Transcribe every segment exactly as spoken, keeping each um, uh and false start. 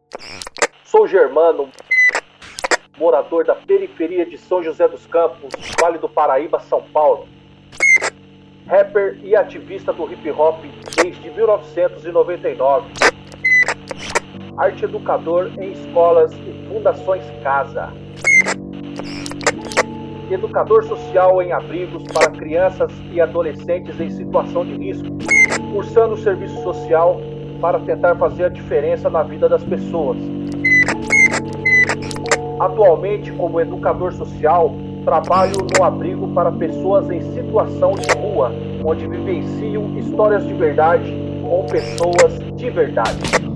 Sou Germano, morador da periferia de São José dos Campos, Vale do Paraíba, São Paulo. Rapper e ativista do hip hop desde mil novecentos e noventa e nove. Arte educador em escolas e fundações Casa. Educador social em abrigos para crianças e adolescentes em situação de risco, cursando serviço social para tentar fazer a diferença na vida das pessoas. Atualmente, como educador social, trabalho no abrigo para pessoas em situação de rua, onde vivenciam histórias de verdade com pessoas de verdade.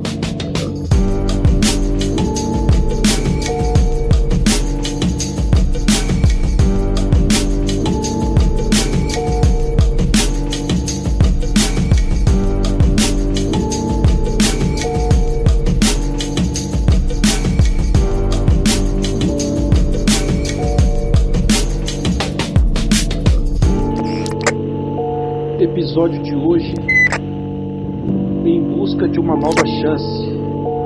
Episódio de hoje, em busca de uma nova chance.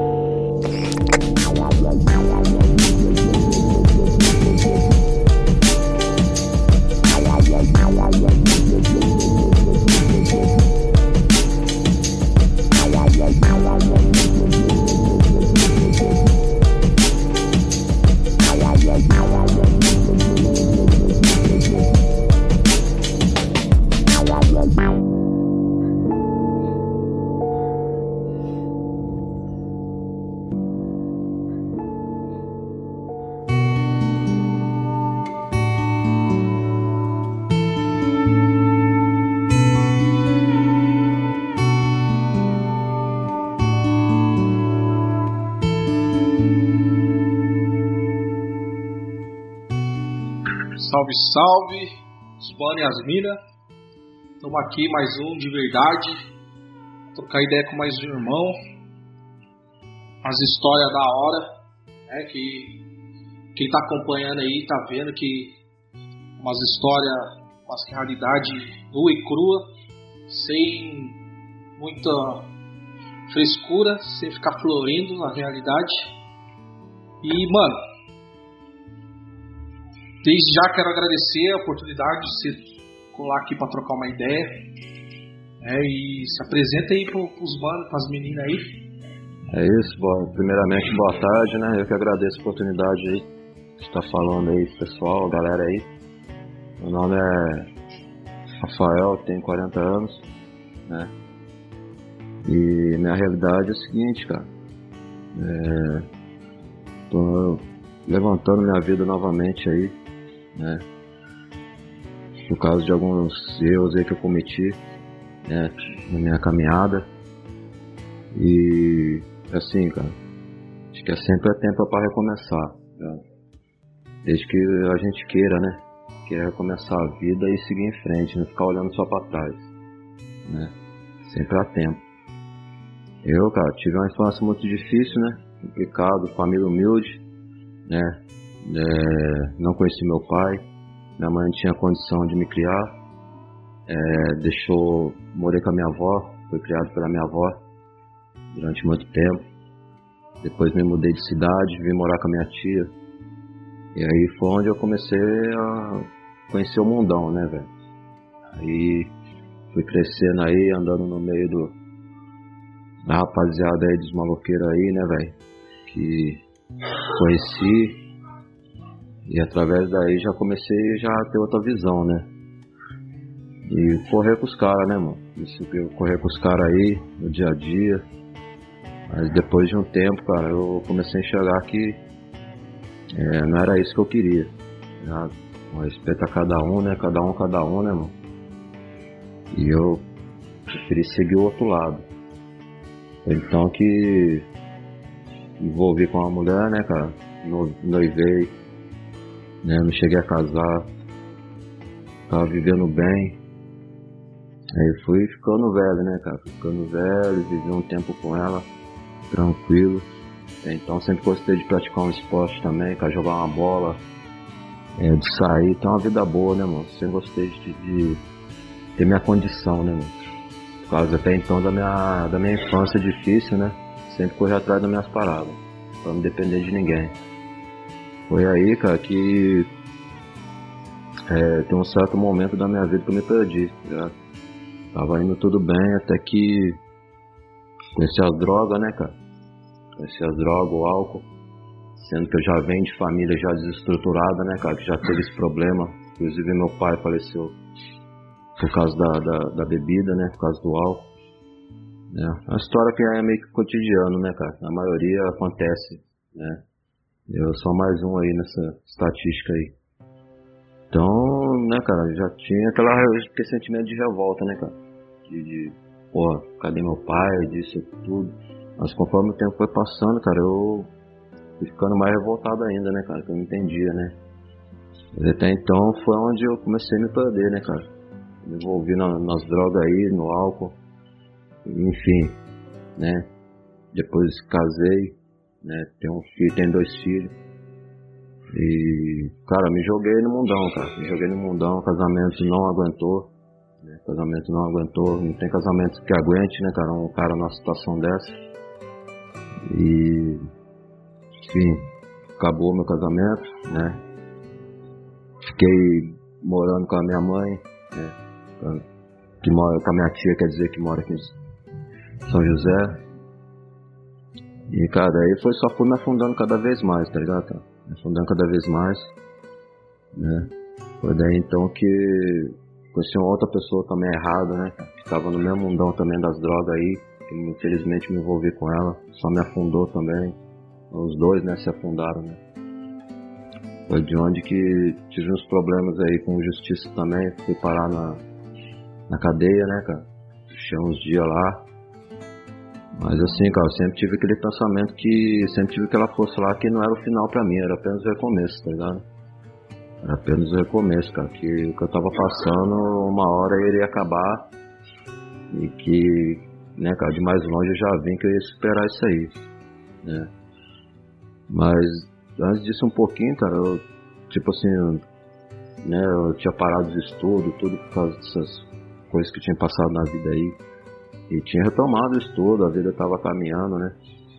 Salve, salve, Osbano e Asmira. Estamos aqui mais um de verdade, trocar ideia com mais um irmão. As histórias da hora, né, que quem está acompanhando aí está vendo que umas histórias, umas realidade nua e crua, sem muita frescura, sem ficar florindo a realidade. E, mano, desde já quero agradecer a oportunidade de você colar aqui para trocar uma ideia. É, e se apresenta aí para os manos, para as meninas aí. É isso, bom, primeiramente boa tarde, né? Eu que agradeço a oportunidade aí de estar falando aí, pessoal, galera aí. Meu nome é Rafael, tenho quarenta anos, né? E minha realidade é o seguinte, cara. É, tô levantando minha vida novamente aí, né, por causa de alguns erros aí que eu cometi, né, na minha caminhada. E assim, cara, acho que é sempre é tempo para recomeçar, né? Desde que a gente queira, né, queira recomeçar a vida e seguir em frente, não ficar olhando só para trás, né, sempre há tempo. Eu, cara, tive uma infância muito difícil, né, complicado, família humilde, né, é, não conheci meu pai, minha mãe não tinha condição de me criar, é, deixou, morei com a minha avó, fui criado pela minha avó durante muito tempo. Depois me mudei de cidade, vim morar com a minha tia, e aí foi onde eu comecei a conhecer o mundão, né, velho. Aí fui crescendo aí, andando no meio do, da rapaziada aí dos maloqueiros aí, né, velho, que conheci. E através daí já comecei já a ter outra visão, né? E correr com os caras, né, mano? Isso que eu correr com os caras aí no dia a dia. Mas depois de um tempo, cara, eu comecei a enxergar que é, não era isso que eu queria. Né? Respeito a cada um, né? Cada um, cada um, né, mano? E eu preferi seguir o outro lado. Então que envolvi com uma mulher, né, cara? No, noivei. Né, não cheguei a casar, tava vivendo bem, aí fui ficando velho, né, cara, fui ficando velho, vivi um tempo com ela, tranquilo. Então sempre gostei de praticar um esporte também, cara, jogar uma bola, é, de sair, ter uma vida boa, né, mano, sempre gostei de, de ter minha condição, né, mano, por causa até então da minha, da minha infância difícil, né, sempre correr atrás das minhas paradas, pra não depender de ninguém. Foi aí, cara, que é, tem um certo momento da minha vida que eu me perdi, já. Tava indo tudo bem, até que conheci as drogas, né, cara? Conheci as drogas, o álcool, sendo que eu já venho de família já desestruturada, né, cara, que já teve esse problema. Inclusive meu pai faleceu por causa da, da, da bebida, né, por causa do álcool. É uma história que é meio que cotidiano, né, cara? A maioria acontece, né? Eu sou mais um aí nessa estatística aí. Então, né, cara, já tinha aquela, aquele sentimento de revolta, né, cara? De, de pô, cadê meu pai, disso e tudo. Mas conforme o tempo foi passando, cara, eu fui ficando mais revoltado ainda, né, cara? Que eu não entendia, né? Mas até então foi onde eu comecei a me perder, né, cara? Me envolvi na, nas drogas aí, no álcool. Enfim, né? Depois casei, né? Tenho um filho, tenho dois filhos. E, cara, me joguei no mundão, cara. Me joguei no mundão, casamento não aguentou. Né? Casamento não aguentou. Não tem casamento que aguente, né, cara? Um cara numa situação dessa. E, enfim, acabou meu casamento, né? Fiquei morando com a minha mãe, né? Que mora, com a minha tia, quer dizer, que mora aqui em São José. E, cara, aí foi só fui me afundando cada vez mais, tá ligado, cara? Me afundando cada vez mais, né? Foi daí então que conheci uma outra pessoa também errada, né? Que tava no mesmo mundão também das drogas aí, que infelizmente me envolvi com ela, só me afundou também. Os dois, né, se afundaram, né? Foi de onde que tive uns problemas aí com justiça também, fui parar na, na cadeia, né, cara? Fiquei uns dias lá. Mas assim, cara, eu sempre tive aquele pensamento que, sempre tive aquela força lá que não era o final pra mim, era apenas o recomeço, tá ligado? Era apenas o recomeço, cara, que o que eu tava passando, uma hora iria acabar e que, né, cara, de mais longe eu já vi que eu ia superar isso aí, né? Mas antes disso um pouquinho, cara, eu, tipo assim, né, eu tinha parado de estudo, tudo por causa dessas coisas que tinha passado na vida aí. E tinha retomado o estudo, a vida tava caminhando, né?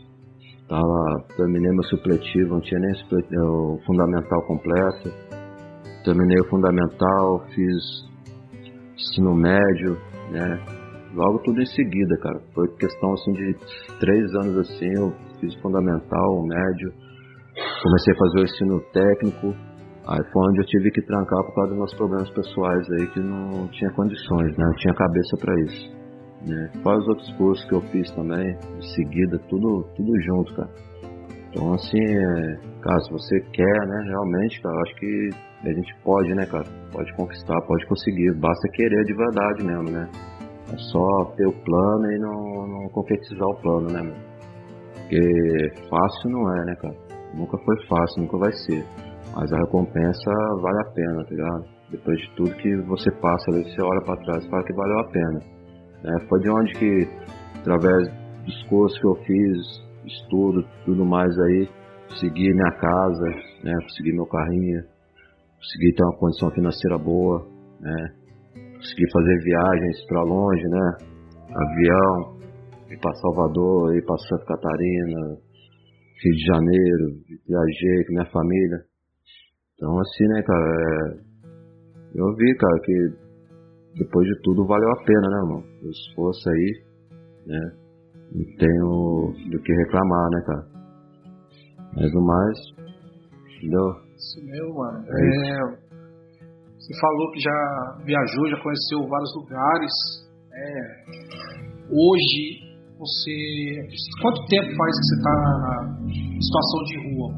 Tava, terminei meu supletivo, não tinha nem o fundamental completo. Terminei o fundamental, fiz ensino médio, né? Logo tudo em seguida, cara. Foi questão assim de três anos assim, eu fiz o fundamental, o médio. Comecei a fazer o ensino técnico. Aí foi onde eu tive que trancar por causa dos meus problemas pessoais aí, que não tinha condições, né? Não tinha cabeça pra isso. Né? Fora os outros cursos que eu fiz também, em seguida, tudo, tudo junto, cara. Então, assim, é, cara, se você quer, né, realmente, cara, eu acho que a gente pode, né, cara, pode conquistar, pode conseguir, basta querer de verdade mesmo, né? É só ter o plano e não, não concretizar o plano, né, mano? Porque fácil não é, né, cara? Nunca foi fácil, nunca vai ser. Mas a recompensa vale a pena, tá ligado? Depois de tudo que você passa, você olha pra trás e fala que valeu a pena. É, foi de onde que, através dos cursos que eu fiz, estudo, tudo mais aí, consegui minha casa, né, consegui meu carrinho, consegui ter uma condição financeira boa, né, consegui fazer viagens pra longe, né, avião, ir pra Salvador, ir pra Santa Catarina, Rio de Janeiro, viajei com minha família. Então assim, né, cara, é, eu vi, cara, que depois de tudo valeu a pena, né, irmão? O esforço aí, né? Não tenho do que reclamar, né, cara? Mas no mais, entendeu? Isso mesmo, mano. É é, você falou que já viajou, já conheceu vários lugares. É, hoje, você... Quanto tempo faz que você tá em situação de rua?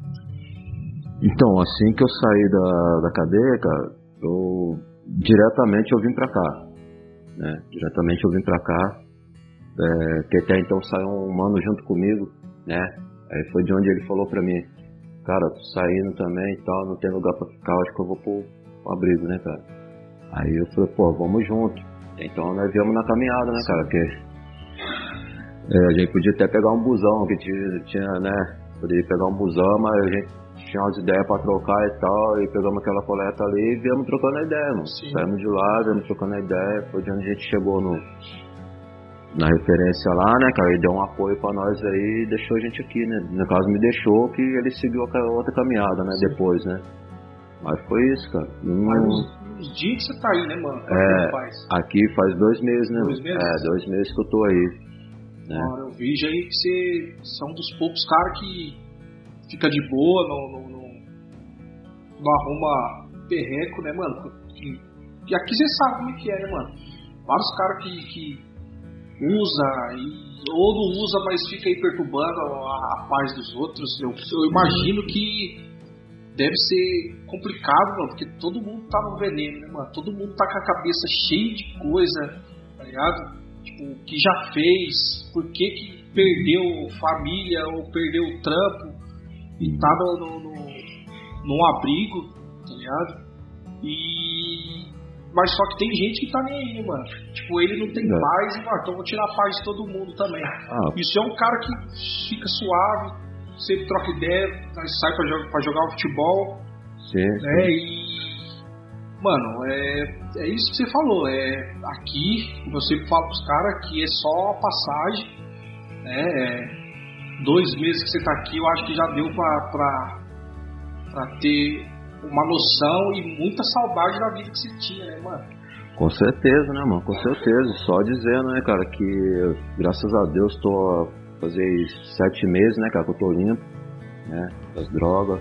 Então, assim que eu saí da, da cadeia, cara, eu... diretamente eu vim pra cá, né? Diretamente eu vim pra cá, é, que até então saiu um mano junto comigo, né? Aí foi de onde ele falou pra mim, cara, tô saindo também e tal, não tem lugar pra ficar, acho que eu vou pro, pro abrigo, né, cara? Aí eu falei, pô, vamos junto. Então nós viemos na caminhada, né, cara? Porque é, a gente podia até pegar um busão, que tinha, tinha, né? Poderia pegar um busão, mas a gente tinha umas ideias pra trocar e tal, e pegamos aquela coleta ali e viemos trocando a ideia, mano. Saímos de lá, viemos trocando a ideia, foi de onde a gente chegou no, na referência lá, né, cara, ele deu um apoio pra nós aí e deixou a gente aqui, né, no caso me deixou que ele seguiu a outra caminhada, né, Sim. depois, né, mas foi isso, cara. Hum, mas os, os dias que você tá aí, né, mano? Quanto é, faz? Aqui faz dois meses, né, dois meses? é, dois meses que eu tô aí, né. Mano, eu vejo aí que você, você é um dos poucos caras que fica de boa, não, não, não, não arruma perreco, né, mano, que, que aqui você sabe como é que é, né, mano, vários caras que, que usa e, ou não usa, mas fica aí perturbando a, a paz dos outros. Eu, eu imagino que deve ser complicado, mano, porque todo mundo tá no veneno, né, mano? Todo mundo tá com a cabeça cheia de coisa, tá ligado? Tipo, o que já fez, por que que perdeu família ou perdeu o trampo e tá no, no, no, num abrigo, tá ligado? E... Mas só que tem gente que tá nem aí, mano. Tipo, ele não tem é. paz, e, mano, então eu vou tirar a paz de todo mundo também. Ah. Isso é um cara que fica suave, sempre troca ideia, sai pra jogar, pra jogar futebol. Sim, né? sim. E, mano, é, é isso que você falou. É, aqui, eu sempre falo pros caras que é só a passagem. Né? É, dois meses que você tá aqui, eu acho que já deu pra, pra, pra ter uma noção e muita saudade da vida que você tinha, né, mano? Com certeza, né, mano? Com certeza. Só dizendo, né, cara, que graças a Deus tô a fazer sete meses, né, cara, que eu tô limpo, né, das drogas.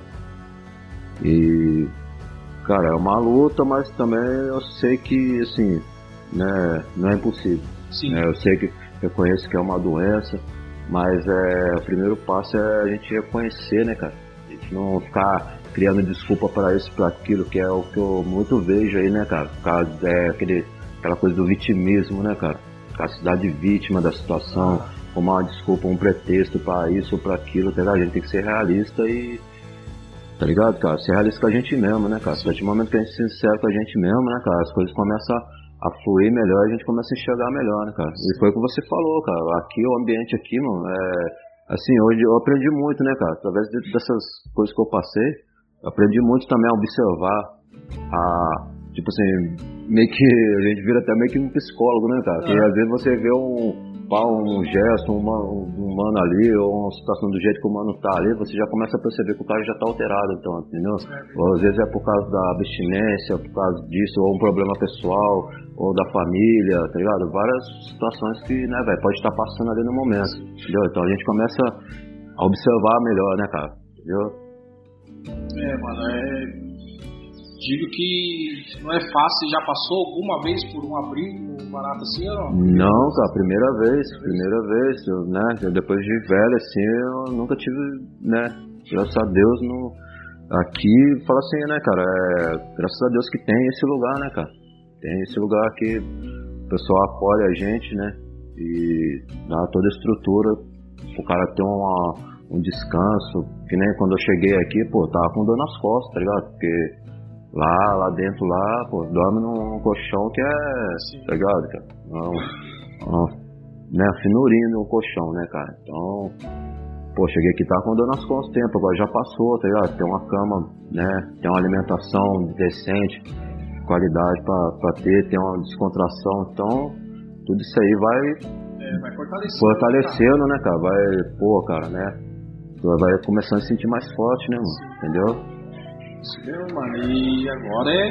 E, cara, é uma luta, mas também eu sei que, assim, né, não é impossível. Sim. Né? Eu sei que reconheço que é uma doença, mas é, o primeiro passo é a gente reconhecer, né, cara? A gente não ficar criando desculpa para isso, para aquilo, que é o que eu muito vejo aí, né, cara? É aquele, aquela coisa do vitimismo, né, cara? A cidade vítima da situação, como uma desculpa, um pretexto para isso ou para aquilo, tá ligado? A gente tem que ser realista e, tá ligado, cara? Ser realista com a gente mesmo, né, cara? A partir do momento que a gente é sincero com a gente mesmo, né, cara? As coisas começam a fluir melhor, a gente começa a enxergar melhor, né, cara? E foi o que você falou, cara. Aqui, o ambiente aqui, mano, é... Assim, hoje eu aprendi muito, né, cara? Através dessas coisas que eu passei, aprendi muito também a observar, a, tipo assim, meio que a gente vira até meio que um psicólogo, né, cara? Porque é. às vezes você vê um, um gesto, uma, um mano ali, ou uma situação do jeito que o mano tá ali, você já começa a perceber que o cara já tá alterado, então, entendeu? É. Ou às vezes é por causa da abstinência, por causa disso, ou um problema pessoal, ou da família, tá ligado? Várias situações que, né, velho, pode estar passando ali no momento, entendeu? Então a gente começa a observar melhor, né, cara? Entendeu? É, mano, é... digo que não é fácil. Já passou alguma vez por um abrigo, um barato assim ou não? Não, cara, primeira vez, primeira vez, eu, né, eu, depois de velho assim, eu nunca tive, né, graças a Deus, no, aqui, fala assim, né, cara, é, graças a Deus que tem esse lugar, né, cara, tem esse lugar que o pessoal apoia a gente, né, e dá toda a estrutura, o cara ter uma... um descanso, que nem quando eu cheguei aqui, pô, tava com dor nas costas, tá ligado? Porque lá, lá dentro, lá, pô, dorme num colchão que é, Sim. tá ligado, cara? Uma, uma, né, finurinha no colchão, né, cara? Então, pô, cheguei aqui, tava com dor nas costas tempo, agora já passou, tá ligado? Tem uma cama, né, tem uma alimentação decente, qualidade pra, pra ter, tem uma descontração, então, tudo isso aí vai... É, vai fortalecendo, fortalecendo, né, cara? Vai, pô, cara, né? Vai começando a se sentir mais forte, né, mano? Entendeu? Isso mesmo, mano. E agora é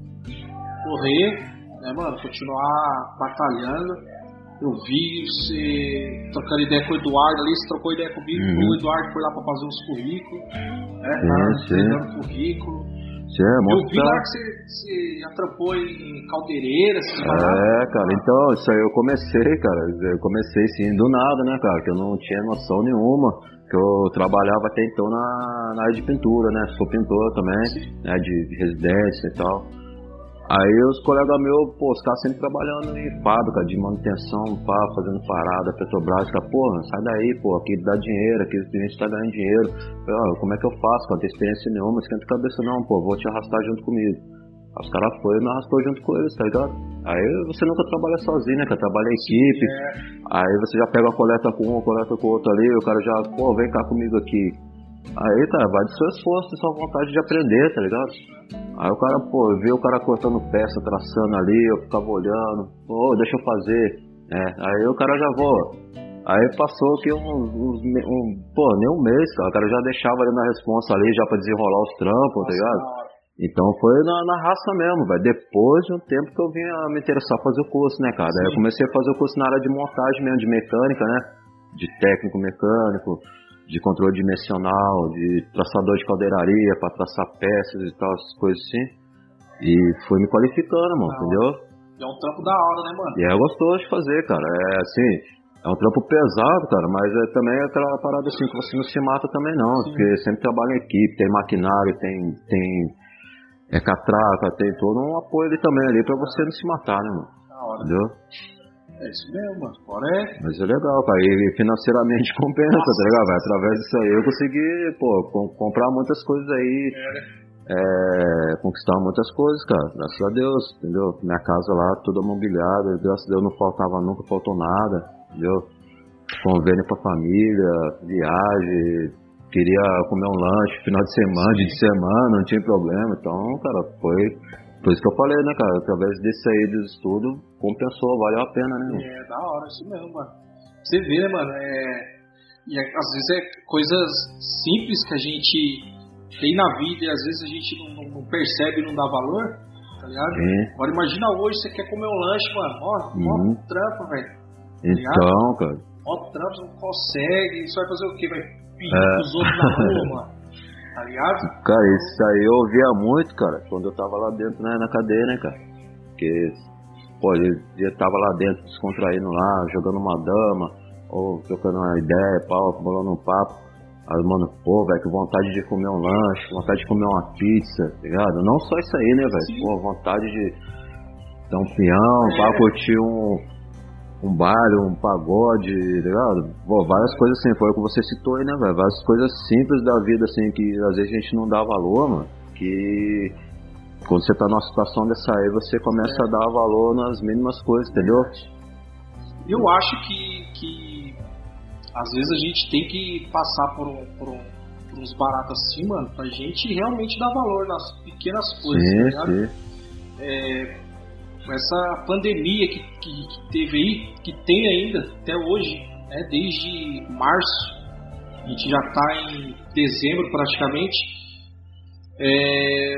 correr, né, mano? Continuar batalhando. Eu vi você trocando ideia com o Eduardo ali, você trocou ideia comigo, uhum. O Eduardo foi lá pra fazer uns currículos, né? Tá entregando currículo. Sim, é, eu vi lá que você, você atrampou em Caldeireira, essas paradas. É, cara, então, isso aí eu comecei, cara, eu comecei sim, do nada, né, cara, que eu não tinha noção nenhuma, que eu trabalhava até então na, na área de pintura, né, sou pintor também, né, de, de residência e tal. Aí os colegas meus, pô, os caras sempre trabalhando em fábrica de manutenção, pá, fazendo parada, Petrobras, cara, porra, sai daí, pô, aqui dá dinheiro, aqui a gente tá ganhando dinheiro. Eu, ó, como é que eu faço, cara, não tenho experiência nenhuma, esquenta a cabeça não, pô, vou te arrastar junto comigo. Aí os caras foram e me arrastou junto com eles, tá ligado? Aí você nunca trabalha sozinho, né, cara, trabalha em equipe, é. Aí você já pega a coleta com um, a coleta com o outro ali, o cara já, pô, vem cá comigo aqui. Aí, cara, vai do seu esforço, da sua vontade de aprender, tá ligado? Aí o cara, pô, eu vi o cara cortando peça, traçando ali, eu ficava olhando, pô, deixa eu fazer, É, aí o cara já vou. Aí passou que uns, uns um, pô, nem um mês, cara. O cara já deixava ali na responsa ali já pra desenrolar os trampos, tá ligado? Então foi na, na raça mesmo, velho. Depois de um tempo que eu vim a me interessar a fazer o curso, né, cara? Aí eu comecei a fazer o curso na área de montagem mesmo, de mecânica, né? De técnico mecânico, de controle dimensional, de traçador de caldeiraria pra traçar peças e tal, essas coisas assim. E fui me qualificando, mano, entendeu? É um trampo da hora, né, mano? E é gostoso de fazer, cara. É assim, é um trampo pesado, cara, mas é também aquela parada assim que você não se mata também não, sim, porque sempre trabalha em equipe, tem maquinário, tem, tem é catraca, tem todo um apoio ali também ali pra você não se matar, né, mano? Da hora. Entendeu? É isso mesmo, mano. Agora é... Mas é legal, cara, e financeiramente compensa, nossa, tá ligado? Através disso aí eu consegui, pô, com, comprar muitas coisas aí, é, é, conquistar muitas coisas, cara, graças a Deus, entendeu? Minha casa lá, toda mobiliada, graças a Deus não faltava nunca, faltou nada, entendeu? Convênio pra família, viagem, queria comer um lanche final de semana, dia de semana, não tinha problema, então, cara, foi... Por isso que eu falei, né, cara, através desse aí dos estudos, compensou, valeu a pena, né, mano? É, da hora, isso mesmo, mano. Você vê, né, mano, é... E é, às vezes é coisas simples que a gente tem na vida e às vezes a gente não, não, não percebe e não dá valor, tá ligado? Sim. Agora imagina hoje, você quer comer um lanche, mano, ó, uhum. ó, trampo, velho. Tá então, cara... Ó, trampo, você não consegue, você vai fazer o quê? Vai pedir é. pros outros na rua, mano. Tá ligado? Cara, isso aí eu ouvia muito, cara, quando eu tava lá dentro, né, na cadeia, né, cara? Porque, pô, eu, eu tava lá dentro, descontraindo lá, jogando uma dama, ou trocando uma ideia, pau, bolando um papo. Aí, mano, pô, velho, que vontade de comer um lanche, vontade de comer uma pizza, tá ligado? Não só isso aí, né, velho? Pô, vontade de dar um peão, é. pra curtir um... um baile, um pagode, tá ligado? Pô, várias coisas assim, foi o que você citou aí, né, velho? Várias coisas simples da vida, assim, que às vezes a gente não dá valor, mano, que quando você tá numa situação dessa aí, você começa é. a dar valor nas mínimas coisas, entendeu? Eu acho que, que às vezes a gente tem que passar por, um, por, um, por uns baratos assim, mano, pra gente realmente dar valor nas pequenas coisas, sim, tá ligado? Sim. É... Essa pandemia que, que, que teve aí, que tem ainda até hoje, né, desde março, a gente já está em dezembro praticamente, é,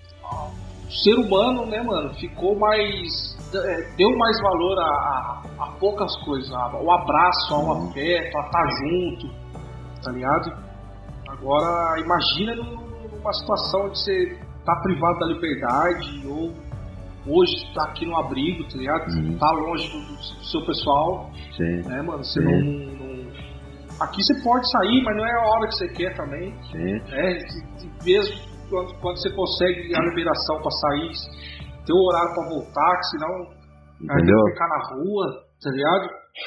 o ser humano, né, mano, ficou mais, é, deu mais valor a, a, a poucas coisas, ao abraço, ao afeto, a estar junto, tá ligado? Agora, imagina numa situação onde você tá privado da liberdade ou hoje tá aqui no abrigo, tá ligado? Uhum. Tá longe do, do seu pessoal. Sim. Né, mano? Você não, não... Aqui você pode sair, mas não é a hora que você quer também. Sim. Né? Mesmo quando, quando você consegue a liberação pra sair, ter o horário pra voltar, que senão vai ter que ficar na rua, tá ligado?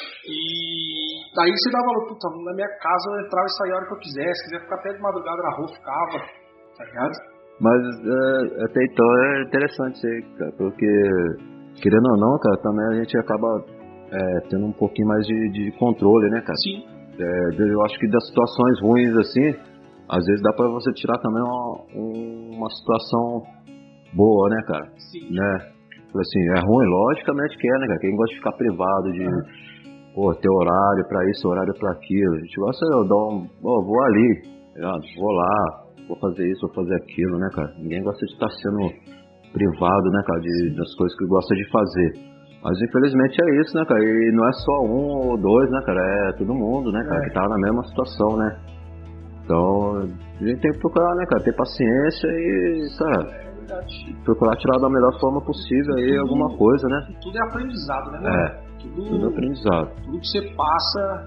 E daí você dá valor, puta, na minha casa eu entrava e saía a hora que eu quisesse. Se quiser ficar até de madrugada na rua, ficava, tá ligado? Mas é, até então é interessante isso aí, cara, porque querendo ou não, cara, também a gente acaba é, tendo um pouquinho mais de, de controle, né, cara? Sim. É, eu acho que das situações ruins assim, às vezes dá pra você tirar também uma, uma situação boa, né, cara? Sim. Né? Assim, é ruim, logicamente que é, né, cara? Quem gosta de ficar privado de, uhum. pô, ter horário pra isso, horário pra aquilo. A gente gosta de dar um, oh, vou ali, vou lá. Vou fazer isso, vou fazer aquilo, né, cara? Ninguém gosta de estar sendo privado, né, cara, de, das coisas que gosta de fazer. Mas infelizmente é isso, né, cara? E não é só um ou dois, né, cara? É todo mundo, né, cara, é. que tá na mesma situação, né? Então, a gente tem que procurar, né, cara? Ter paciência e, cara, é procurar tirar da melhor forma possível aí tudo, alguma coisa, né? Tudo é aprendizado, né, mano? É, tudo, tudo é aprendizado. Tudo que você passa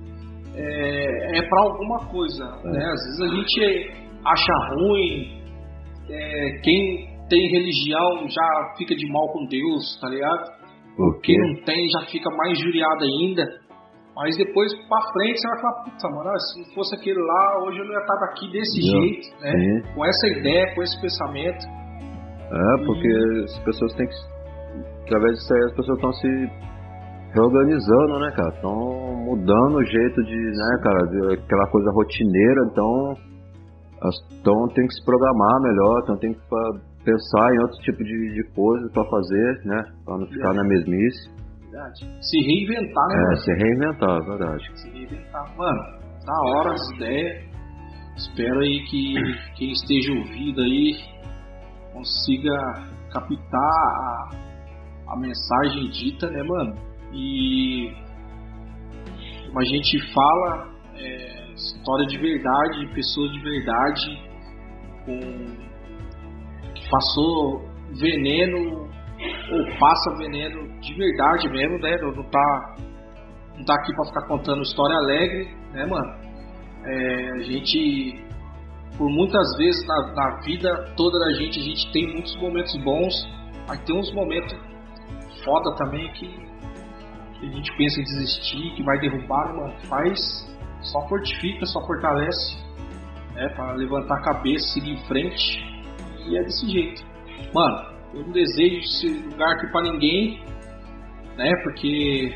é, é pra alguma coisa, é. né? Às vezes a gente acha ruim, é, quem tem religião já fica de mal com Deus, tá ligado? Quem não tem já fica mais injuriado ainda. Mas depois pra frente você vai falar, puta, mano, se não fosse aquele lá, hoje eu não ia estar aqui desse não, jeito, né? Sim. Com essa ideia, com esse pensamento. É, porque e... as pessoas têm que, através disso aí, as pessoas estão se reorganizando, né, cara? Estão mudando o jeito de, né, cara, de aquela coisa rotineira, então... Então tem que se programar melhor, então tem que pensar em outro tipo de, de coisa para fazer, né? Para não ficar é. na mesmice. verdade. Se reinventar, né? É, mano? se reinventar, é verdade. Se reinventar. Mano, da hora as ideias. Espero aí que quem esteja ouvindo aí consiga captar a, a mensagem dita, né, mano? E como a gente fala, é, história de verdade, pessoas de verdade, com, que passou veneno ou passa veneno de verdade mesmo, né? Não tá, não tá aqui pra ficar contando história alegre, né, mano? É, a gente, por muitas vezes na, na vida toda da gente, a gente tem muitos momentos bons, mas tem uns momentos foda também que, que a gente pensa em desistir, que vai derrubar, mano. Faz, só fortifica, só fortalece, né, pra levantar a cabeça, seguir em frente, e é desse jeito. Mano, eu não desejo esse lugar aqui pra ninguém, né, porque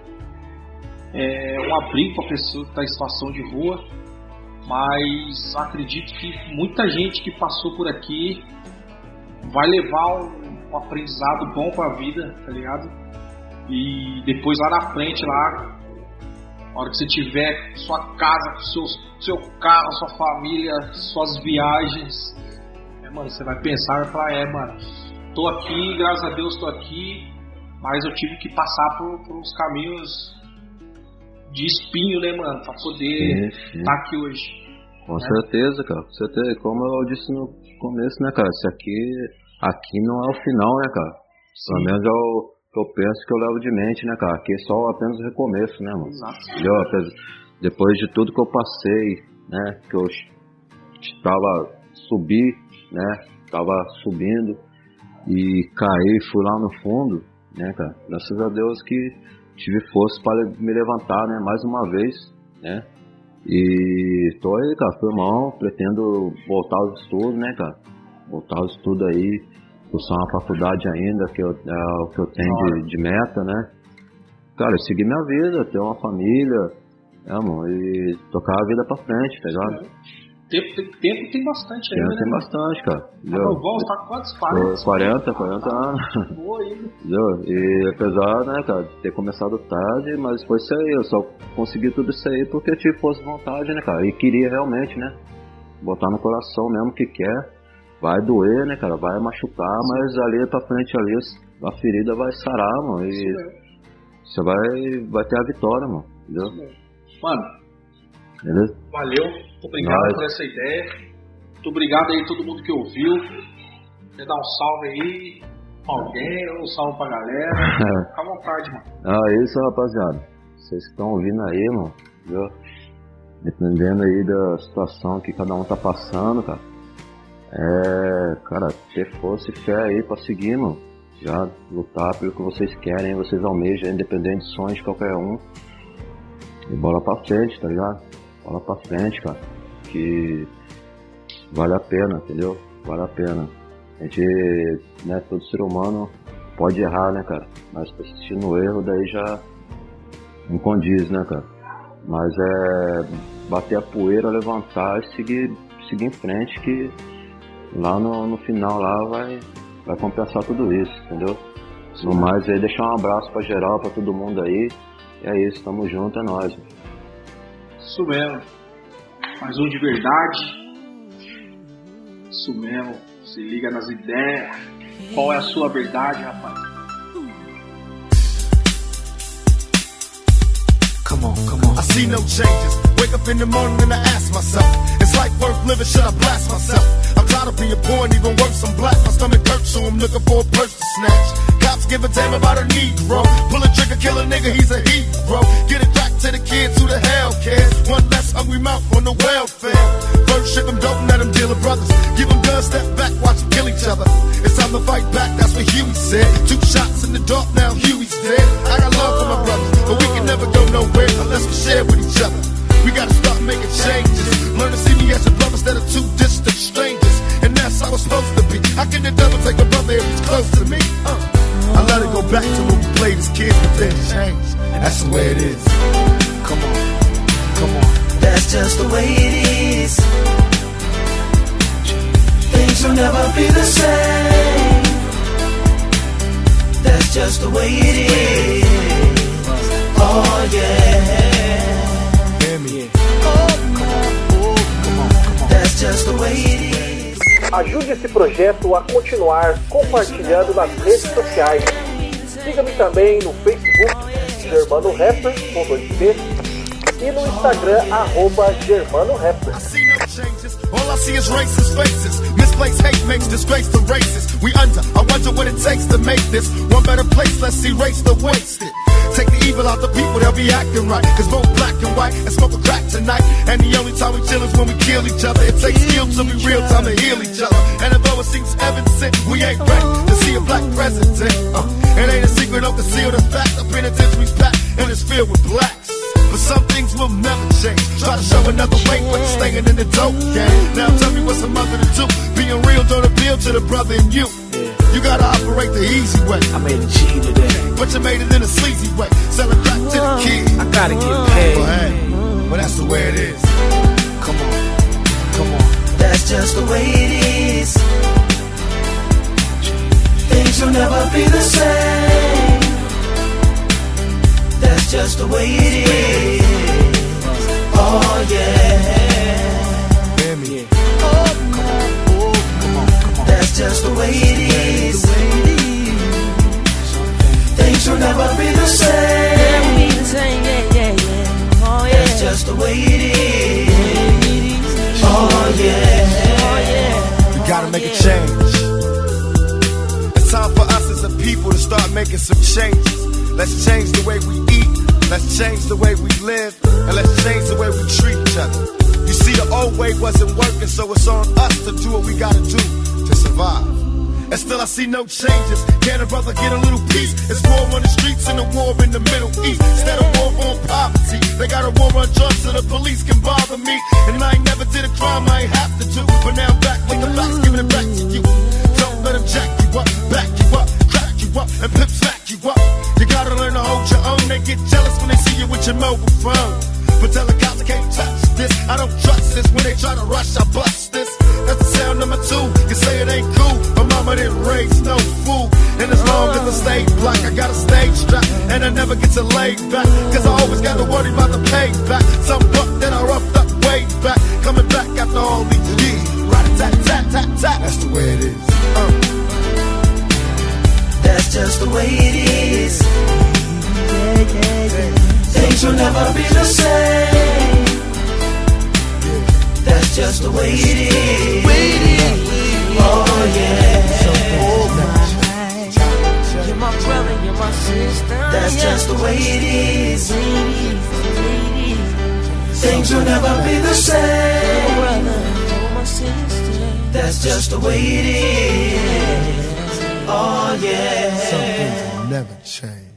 é um abrigo pra pessoa que tá em situação de rua. Mas acredito que muita gente que passou por aqui vai levar um, um aprendizado bom pra vida, tá ligado? E depois lá na frente, lá, na hora que você tiver sua casa, seu, seu carro, sua família, suas viagens, é, mano, você vai pensar e vai falar, é, mano, tô aqui, graças a Deus tô aqui, mas eu tive que passar por, por uns caminhos de espinho, né, mano, pra poder estar tá aqui hoje. Com né? certeza, cara, com certeza. Como eu disse no começo, né, cara, isso aqui, aqui não é o final, né, cara. Sim. Pelo menos é o que eu penso que eu levo de mente, né, cara. Aqui é só apenas o recomeço, né, mano. Exato. Entendeu? Depois de tudo que eu passei, né, que eu estava subi, né, estava subindo e caí, fui lá no fundo, né, cara. Graças a Deus que tive força para me levantar, né, mais uma vez, né, e tô aí, cara, firmão, pretendo voltar aos estudos, né, cara, voltar aos estudos aí, cursar uma faculdade ainda, que eu, é o que eu tenho de, de meta, né, cara, seguir minha vida, ter uma família, né, mano, e tocar a vida pra frente, tá ligado? É. Tempo, tem, tempo tem bastante ainda, tempo né? Tem bastante, cara. Tá bom, você tá com quantos? quarenta? quarenta, quarenta anos. Boa ainda. Entendeu? E apesar, né, cara, de ter começado tarde, mas foi isso aí, eu só consegui tudo isso aí porque eu tive força de vontade, né, cara, e queria realmente, né, botar no coração mesmo que quer, vai doer, né, cara, vai machucar, sim, mas ali pra frente ali, a ferida vai sarar, mano, e você vai, vai ter a vitória, mano, entendeu? Mano, beleza? Valeu, muito obrigado Nós. por essa ideia, muito obrigado aí a todo mundo que ouviu, quer dar um salve aí pra alguém, um salve pra galera, fica à vontade, mano. Ah, isso, rapaziada, vocês que estão ouvindo aí, mano, entendeu? Dependendo aí da situação que cada um tá passando, cara, é, cara, ter força e fé aí pra seguir, mano, já lutar pelo que vocês querem, vocês almejam, independente de sonhos de qualquer um, e bola pra frente, tá ligado? Bola pra frente, cara, que vale a pena, entendeu? Vale a pena. A gente, né, todo ser humano pode errar, né, cara, mas persistir no erro daí já não condiz, né, cara, mas é bater a poeira, levantar e seguir, seguir em frente, que lá no, no final lá vai, vai compensar tudo isso, entendeu? Sim. No mais aí, deixar um abraço pra geral, pra todo mundo aí, e é isso, tamo junto, é nóis. Isso mesmo, mais um de verdade, isso mesmo, se liga nas ideias, qual é a sua verdade, rapaz? Come on, come on. I see no changes. Wake up in the morning and I ask myself, is life worth living? Should I blast myself? I'm tired of being poor and even worse, I'm black. My stomach hurts, so I'm looking for a purse to snatch. Cops give a damn about a Negro. Pull a trigger, kill a nigga, he's a hero. Get it back to the kids who the hell cares. One less hungry mouth on the welfare. First ship them, don't let them deal with brothers. Give them guns, step back, watch them kill each other. It's time to fight back, that's what Huey said. Two shots in the dark, now Huey's dead. I got love for my brothers, but we can never go nowhere unless we share with each other. We gotta start making changes. Learn to see me as a brother instead of two distant strangers. And that's how it's supposed to be. How can the devil take a brother if he's close to me? Uh. I let it go back to when we played as kids, but things changed. That's the way it is. Come on, come on. That's just the way it is. Things will never be the same. That's just the way it is. Oh yeah. Hear me. That's just the way it is. Ajude esse projeto a continuar compartilhando nas redes sociais. Siga-me também no Facebook, Germano Rapper, com dois P, e no Instagram, arroba Germano Rapper. All I see is racist faces. Misplaced hate makes disgrace to races. We under, I wonder what it takes to make this one better place. Let's erase the wasted. Take the evil out the people, they'll be acting right. Cause both black and white and smoke a crack tonight. And the only time we chill is when we kill each other. It takes skill to be real time to heal each other. And although it seems evident, we ain't ready to see a black president. Uh, it ain't a secret, don't conceal the fact. The penitentiary's packed and it's filled with blacks. But some things will never change. Try to show another way, but you're staying in the dope game. Now tell me what's a mother to do. Being real don't appeal to the brother in you. You gotta operate the easy way. I made a G today. But you made it in a sleazy way. Selling crack to the kids. I gotta get paid. Well, hey, well that's the way it is. Come on, come on. That's just the way it is. Things will never be the same. That's just the way it is. Oh yeah. Hear me. That's just the way it is. Things will never be the same. That's just the way it is. Oh yeah. We gotta make a change. It's time for us as a people to start making some changes. Let's change the way we eat. Let's change the way we live. And let's change the way we treat each other. You see, the old way wasn't working, so it's on us to do what we gotta do to survive. And still I see no changes. Can a brother get a little peace? It's war on the streets and a war in the Middle East. Instead of war on poverty, they got a war on drugs so the police can bother me. And I ain't never did a crime I ain't have to do. But now I'm back with the facts, giving it back to you. Don't let them jack you up, back you up, crack you up, and pimp smack you up. You gotta learn to hold your own. They get jealous when they see you with your mobile phone. But tell the cops I can't touch this. I don't trust this. When they try to rush, I bust this. That's the sound number two. You say it ain't cool. My mama didn't raise no fool. And as long as I stay black, I got a stage strap. And I never get to lay back. Cause I always gotta worry about the payback. Some buck that I roughed up way back. Coming back after all these years. Rat-a-tat-tat-tat-tat. That's the way it is. Uh. That's just the way it is. Things will never be the same. That's just the way it is. Oh yeah. You're my brother, you're my sister. That's just the way it is. Things will never be the same. That's just the way it is. Oh yeah. Some things will never change.